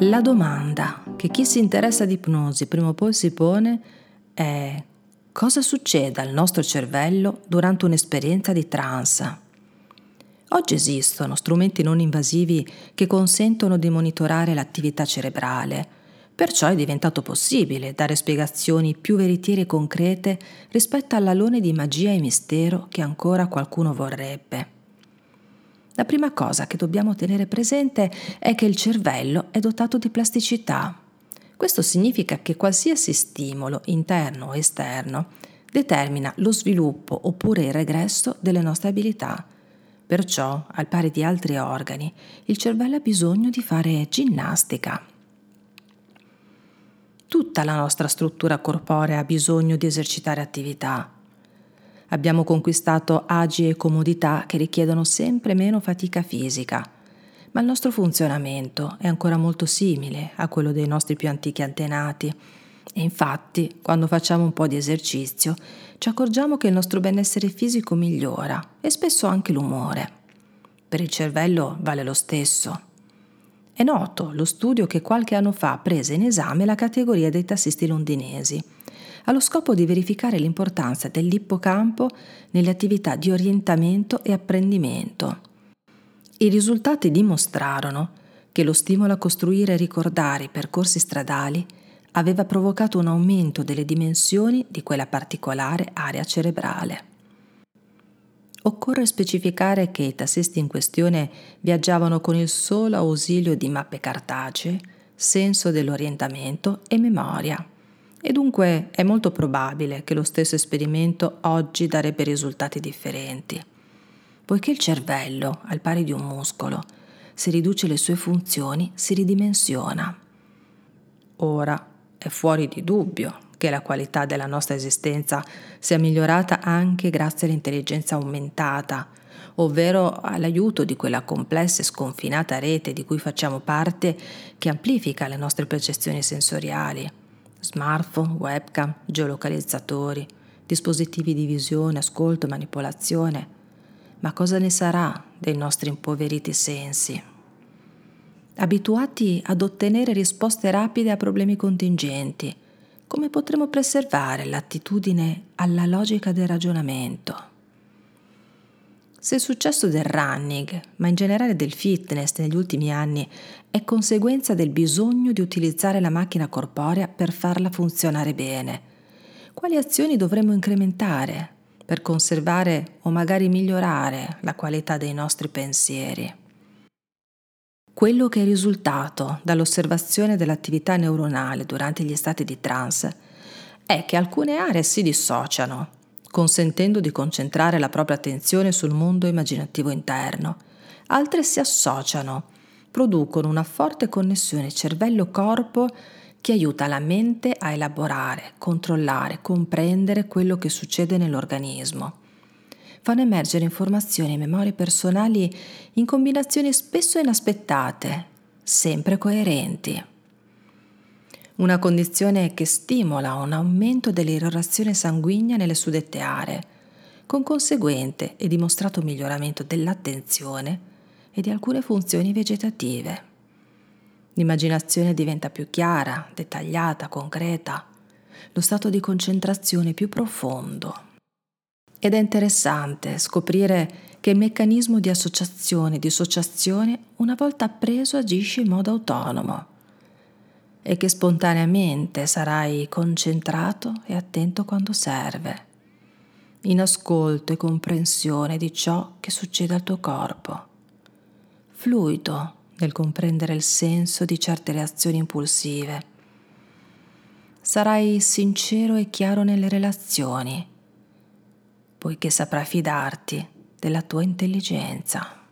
La domanda che chi si interessa di ipnosi prima o poi si pone è: cosa succede al nostro cervello durante un'esperienza di trance? Oggi esistono strumenti non invasivi che consentono di monitorare l'attività cerebrale, perciò è diventato possibile dare spiegazioni più veritiere e concrete rispetto all'alone di magia e mistero che ancora qualcuno vorrebbe. La prima cosa che dobbiamo tenere presente è che il cervello è dotato di plasticità. Questo significa che qualsiasi stimolo, interno o esterno, determina lo sviluppo oppure il regresso delle nostre abilità. Perciò, al pari di altri organi, il cervello ha bisogno di fare ginnastica. Tutta la nostra struttura corporea ha bisogno di esercitare attività. Abbiamo conquistato agi e comodità che richiedono sempre meno fatica fisica, ma il nostro funzionamento è ancora molto simile a quello dei nostri più antichi antenati e infatti, quando facciamo un po' di esercizio, ci accorgiamo che il nostro benessere fisico migliora e spesso anche l'umore. Per il cervello vale lo stesso. È noto lo studio che qualche anno fa prese in esame la categoria dei tassisti londinesi, allo scopo di verificare l'importanza dell'ippocampo nelle attività di orientamento e apprendimento. I risultati dimostrarono che lo stimolo a costruire e ricordare i percorsi stradali aveva provocato un aumento delle dimensioni di quella particolare area cerebrale. Occorre specificare che i tassisti in questione viaggiavano con il solo ausilio di mappe cartacee, senso dell'orientamento e memoria. E dunque è molto probabile che lo stesso esperimento oggi darebbe risultati differenti. Poiché il cervello, al pari di un muscolo, se riduce le sue funzioni, si ridimensiona. Ora è fuori di dubbio che la qualità della nostra esistenza sia migliorata anche grazie all'intelligenza aumentata, ovvero all'aiuto di quella complessa e sconfinata rete di cui facciamo parte che amplifica le nostre percezioni sensoriali. Smartphone, webcam, geolocalizzatori, dispositivi di visione, ascolto e manipolazione. Ma cosa ne sarà dei nostri impoveriti sensi? Abituati ad ottenere risposte rapide a problemi contingenti, come potremo preservare l'attitudine alla logica del ragionamento? Se il successo del running, ma in generale del fitness negli ultimi anni, è conseguenza del bisogno di utilizzare la macchina corporea per farla funzionare bene, quali azioni dovremmo incrementare per conservare o magari migliorare la qualità dei nostri pensieri? Quello che è risultato dall'osservazione dell'attività neuronale durante gli stati di trance è che alcune aree si dissociano, consentendo di concentrare la propria attenzione sul mondo immaginativo interno. Altre si associano, producono una forte connessione cervello-corpo che aiuta la mente a elaborare, controllare, comprendere quello che succede nell'organismo. Fanno emergere informazioni e memorie personali in combinazioni spesso inaspettate, sempre coerenti. Una condizione che stimola un aumento dell'irrorazione sanguigna nelle suddette aree, con conseguente e dimostrato miglioramento dell'attenzione e di alcune funzioni vegetative. L'immaginazione diventa più chiara, dettagliata, concreta, lo stato di concentrazione più profondo. Ed è interessante scoprire che il meccanismo di associazione e dissociazione una volta appreso agisce in modo autonomo e che spontaneamente sarai concentrato e attento quando serve, in ascolto e comprensione di ciò che succede al tuo corpo, fluido nel comprendere il senso di certe reazioni impulsive. Sarai sincero e chiaro nelle relazioni, poiché saprai fidarti della tua intelligenza.